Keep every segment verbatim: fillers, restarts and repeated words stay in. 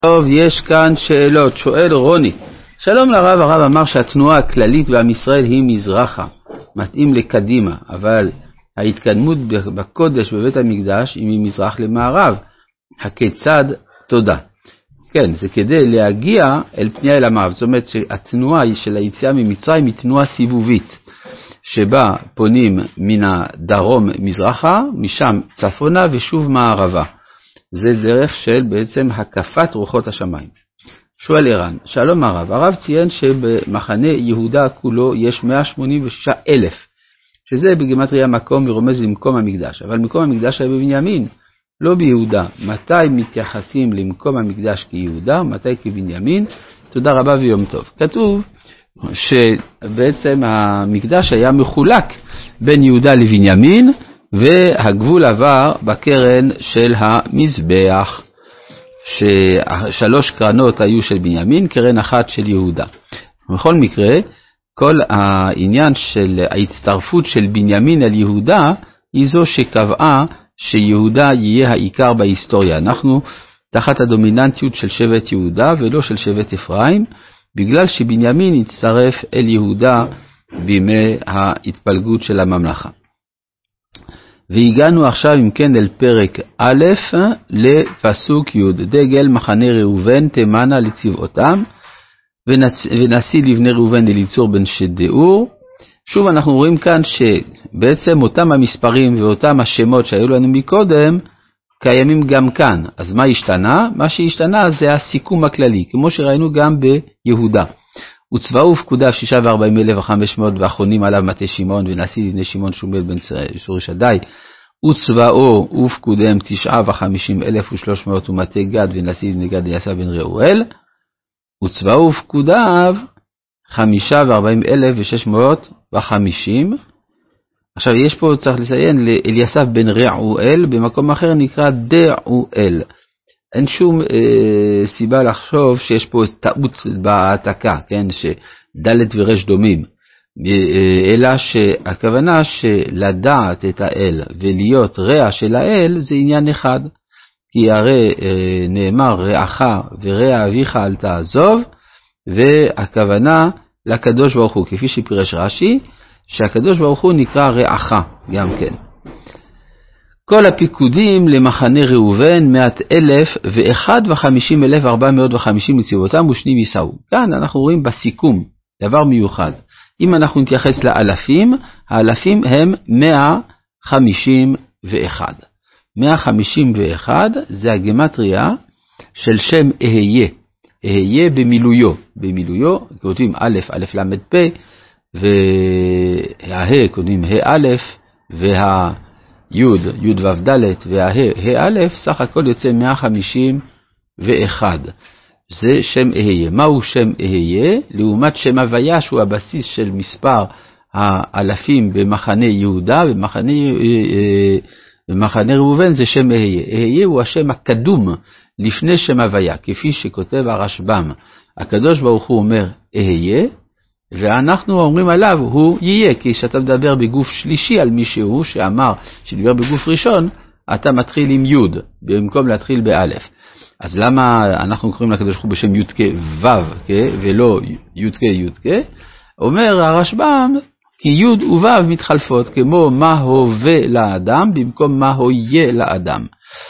טוב, יש כאן שאלות. שואל רוני, שלום לרב, הרב אמר שהתנועה הכללית בעם ישראל היא מזרחה, מתאים לקדימה, אבל ההתקדמות בקודש בבית המקדש היא ממזרח למערב. הכיצד? תודה. כן, זה כדי להגיע אל פנייה אל המערב. זאת אומרת שהתנועה של היציאה ממצרים היא תנועה סיבובית, שבה פונים מן הדרום מזרחה, משם צפונה ושוב מערבה. זה דרך של בעצם הקפת רוחות השמיים. שואל ערן, שלום הרב, הרב ציין שבמחנה יהודה כולו יש מאה שמונים ושישה אלף, שזה בגימטריה מקום ורומז למקום המקדש, אבל מקום המקדש היה בבנימין, לא ביהודה. מתי מתייחסים למקום המקדש כיהודה, מתי כבנימין? תודה רבה ויום טוב. כתוב שבעצם המקדש היה מחולק בין יהודה לבנימין, והגבול עבר בקרן של המזבח, ששלוש קרנות היו של בנימין, קרן אחת של יהודה. בכל מקרה, כל העניין של ההצטרפות של בנימין על יהודה, היא זו שקבעה שיהודה יהיה העיקר בהיסטוריה. אנחנו תחת הדומיננטיות של שבט יהודה ולא של שבט אפרים, בגלל שבנימין הצטרף אל יהודה בימי ההתפלגות של הממלכה. והגענו עכשיו אם כן אל פרק א' לפסוק י', דגל מחנה ראובן תימנה לצבאותם, ונצ... ונשיא לבני ראובן אליצור בן שדאור. שוב אנחנו רואים כאן שבעצם אותם המספרים ואותם השמות שהיו לנו מקודם, קיימים גם כאן. אז מה השתנה? מה שהשתנה זה הסיכום הכללי, כמו שראינו גם ביהודה. וצבאו ופקודיו שישה וארבעים אלף וחמש מאות ואחרונים עליו מטה שמעון ונשיא לבני שמעון שומל בן צורי שדי. וצבאו ופקודיהם תשעה וחמישים אלף ושלוש מאות ומטה גד ונשיא לבני גד יעשה בן ראואל. וצבאו ופקודיו חמישה וארבעים אלף ושש מאות וחמישים. עכשיו יש פה צריך לציין לאליסף בן ראואל, במקום אחר נקרא דאואל. אין שום אה, סיבה לחשוב שיש פה טעות בהעתקה, כן, שדלת ורש דומים, אה, אלא שהכוונה שלדעת את האל ולהיות רע של האל זה עניין אחד, כי הרי אה, נאמר רעך ורע אביך אל תעזוב, והכוונה לקדוש ברוך הוא, כפי שפירש רש"י, שהקדוש ברוך הוא נקרא רעך גם כן. כל הפיקודים למחנה ראובן מאת אלף ואחד וחמישים אלף ארבע מאות וחמישים מצוותיהם ושנים יישאו. כאן אנחנו רואים בסיכום דבר מיוחד. אם אנחנו נתייחס לאלפים, האלפים הם מאה חמישים ואחת. מאה חמישים ואחת זה הגמטריה של שם אהיה. אהיה במילויו. במילויו כותבים א', א' למד פ', והה כותבים ה' א', וה... יוד, יוד ו' ד' והה, ה' א', סך הכל יוצא מאה חמישים ואחת. זה שם אהיה. מהו שם אהיה? לעומת שם הוויה, שהוא הבסיס של מספר האלפים במחנה יהודה, במחנה, במחנה ראובן זה שם אהיה. אהיה הוא השם הקדום לפני שם הוויה, כפי שכותב הרשב"ם. הקדוש ברוך הוא אומר אהיה, ואנחנו אומרים עליו הוא יהיה, כי כשאתה מדבר בגוף שלישי על מישהו שאמר שדבר בגוף ראשון, אתה מתחיל עם י' במקום להתחיל באלף. אז למה אנחנו קוראים לקדוש ברוך הוא בשם י' כ' ו' כ' ולא י' כ' י' כ'? אומר הרשב"ם, כי י' וו' מתחלפות, כמו מה הווה לאדם במקום מה הויה לאדם.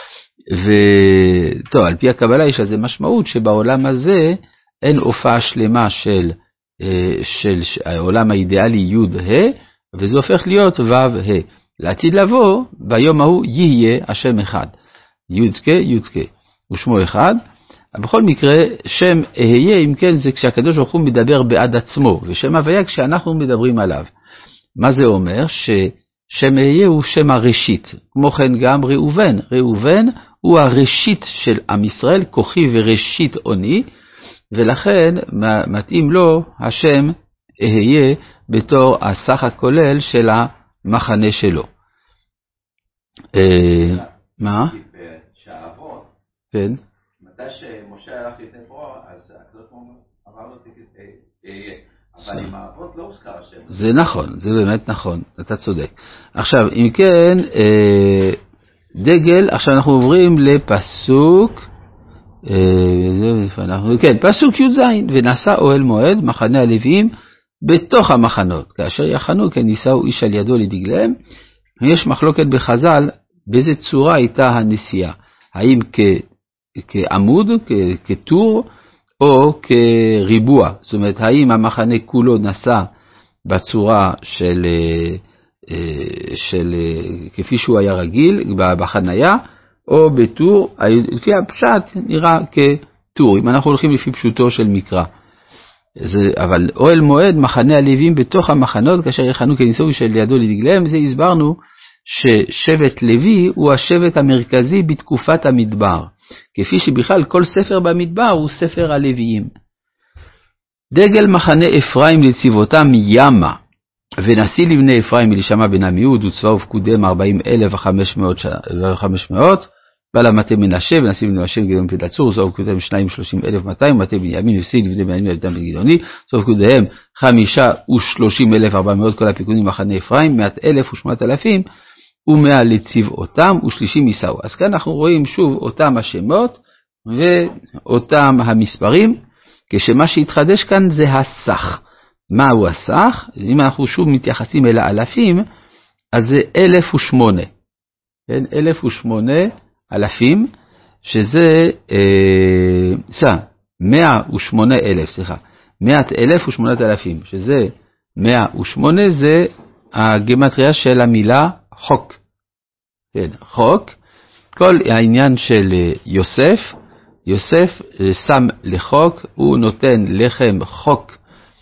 וטוב, על פי הקבלה יש לזה משמעות שבעולם הזה אין הופעה שלמה של של העולם האידיאלי יוד ה', וזה הופך להיות ו' ה'. לעתיד לבוא, ביום ההוא יהיה השם אחד. יוד כ' יוד כ'. ושמו אחד. בכל מקרה, שם אהיה, אם כן, זה כשהקדוש ברוך הוא מדבר בעד עצמו, ושם הוויה כשאנחנו מדברים עליו. מה זה אומר? ששם אהיה הוא שם הראשית. כמו כן גם ראובן. ראובן הוא הראשית של עם ישראל, כוחי וראשית עוני, ולכן מתאים לו השם אהיה בתור הסך הכולל של המחנה שלו. מה? שהאבות, כן. מתי שמשה הלך לפני פרעה, אז הקדוש ברוך הוא אמר לו אהיה, אבל עם האבות לא הוזכר השם. זה נכון, זה באמת נכון, אתה צודק. עכשיו, אם כן, דגל, עכשיו אנחנו עוברים לפסוק כן, פסוק י"ז, ונשא אוהל מועד מחנה הלוויים בתוך המחנות, כאשר יחנו כן יישאו איש על ידו לדגליהם. יש מחלוקת בחז"ל באיזה צורה הייתה הנסיעה, האם כ, כעמוד, כ, כטור, או כריבוע, זאת אומרת האם המחנה כולו נסע בצורה של, של כפי שהוא היה רגיל בחנייה, או בטור, לפי הפשט נראה כטור, אם אנחנו הולכים לפי פשוטו של מקרא. זה, אבל אוהל מועד מחנה הלוויים בתוך המחנות, כאשר יחנו כניסו של ידו לדגליהם, זה הסברנו ששבט לוי הוא השבט המרכזי בתקופת המדבר, כפי שבכלל כל ספר במדבר הוא ספר הלוויים. דגל מחנה אפרים לצבאותם ימה, ונשיא לבני אפרים אלישמע בן עמיהוד וצבא ופקודיהם ארבעים אלף וחמש מאות, בעל המטה מנשה ונשיא לבני השם גדעון בן צור וצבא ופקודיהם שניים ושלושים אלף מאתיים, מטה בנימין ונשיא לבני בנימין ודן בן גדעוני, צבא ופקודיהם חמישה ושלושים אלף ארבע מאות, כל הפיקודים מחנה אפרים מאת אלף ושמונת אלפים ומאה לצבאותם ושלישים יישאו. אז כאן אנחנו רואים שוב אותם השמות ואותם המספרים, כשמה שהתחדש כאן זה הסך. מהו הסך? אם אנחנו שוב מתייחסים אל האלפים, אז זה אלף ושמונה. כן? אלף ושמונה אלפים, שזה, אה, סליחה, מאה ושמונה אלף, סליחה, מאת אלף ושמונת אלפים, שזה מאה ושמונה, זה הגמטריה של המילה חוק. כן, חוק. כל העניין של יוסף, יוסף שם לחוק, הוא נותן לחם חוק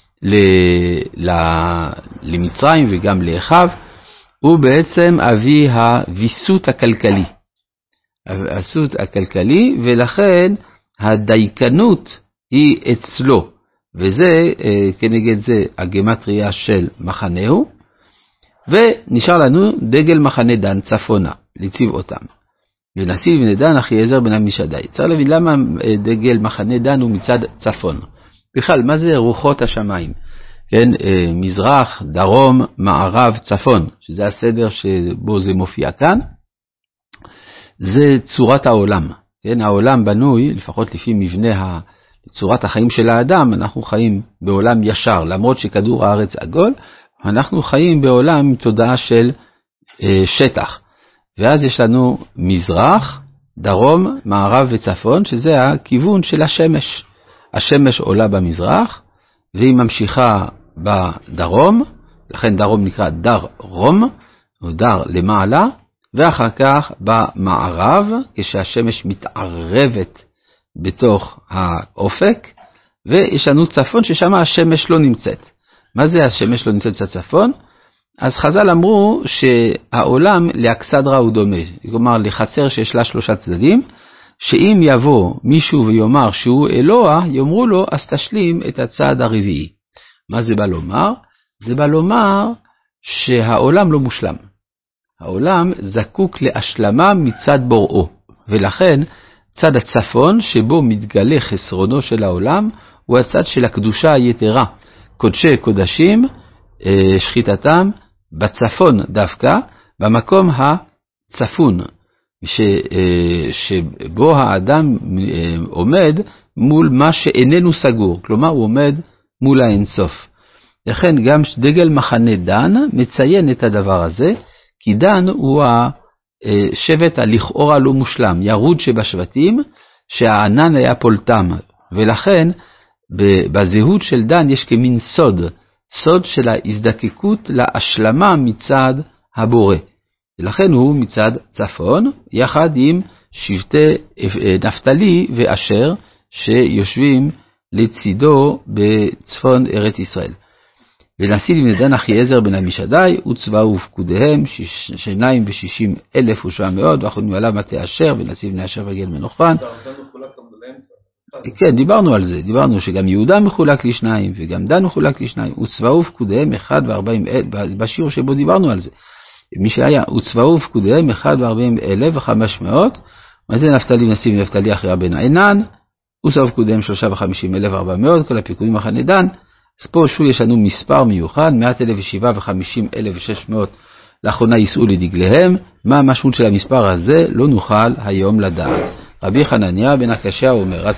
למצרים וגם לאחיו, הוא בעצם אבי הוויסות הכלכלי. הוויסות הכלכלי, ולכן הדייקנות היא אצלו, וזה כנגד זה הגמטריה של מחנהו, ונשאר לנו דגל מחנה דן צפונה, לצבאותם. ונשיא לבני דן אחיעזר בן עמישדי. צריך להבין למה דגל מחנה דן הוא מצד צפון. בכלל, מה זה רוחות השמיים? כן, מזרח, דרום, מערב, צפון, שזה הסדר שבו זה מופיע כאן. זה צורת העולם. כן, העולם בנוי, לפחות לפי מבנה צורת החיים של האדם, אנחנו חיים בעולם ישר, למרות שכדור הארץ עגול, אנחנו חיים בעולם עם תודעה של אה, שטח. ואז יש לנו מזרח, דרום, מערב וצפון, שזה הכיוון של השמש. השמש עולה במזרח, והיא ממשיכה בדרום, לכן דרום נקרא דר רום, או דר למעלה, ואחר כך במערב, כשהשמש מתערבת בתוך האופק, ויש לנו צפון ששם השמש לא נמצאת. מה זה השמש לא נמצאת בצפון? אז חז"ל אמרו שהעולם לאכסדרה הוא דומה, כלומר לחצר שיש לה שלושה צדדים, שאם יבוא מישהו ויאמר שהוא אלוה, יאמרו לו, אז תשלים את הצד הרביעי. מה זה בא לומר? זה בא לומר שהעולם לא מושלם. העולם זקוק להשלמה מצד בוראו, ולכן צד הצפון שבו מתגלה חסרונו של העולם, הוא הצד של הקדושה היתרה. קודשי קודשים, שחיטתם בצפון דווקא, במקום הצפון, ש, שבו האדם עומד מול מה שאיננו סגור, כלומר הוא עומד מול האינסוף. לכן גם דגל מחנה דן מציין את הדבר הזה, כי דן הוא השבט הלכאורה לא מושלם, ירוד שבשבטים, שהענן היה פולטם, ולכן בזהות של דן יש כמין סוד, סוד של ההזדקקות להשלמה מצד הבורא. ולכן הוא מצד צפון, יחד עם שבטי נפתלי ואשר, שיושבים לצידו בצפון ארץ ישראל. ונשיא לבני דן אחיעזר בן עמישדי, וצבא ופקודיהם, שניים ושישים אלף ושבע מאות, ואחרונים עליו מטה אשר, ונשיא בני אשר וגל מנוחן. כן, דיברנו על זה, דיברנו שגם יהודה מחולק לשניים, וגם דן מחולק לשניים, וצבא ופקודיהם אחד וארבעים אלף, בשיעור שבו דיברנו על זה. מי שהיה, וצבא ופקודיהם אחד וארבעים אלף וחמש מאות, מה זה נפתלי נשיא ונפתלי אחיה בן עינן, וצבא ופקודיהם שלושה וחמישים אלף וארבע מאות, כל הפיקודים מחנה דן. אז פה שוב יש לנו מספר מיוחד, מאת אלף ושבעה וחמישים אלף ושש מאות לאחרונה יישאו לדגליהם. מה המשמעות של המספר הזה? לא נוכל היום לדעת. רבי חנניה בן הקשיא אומר,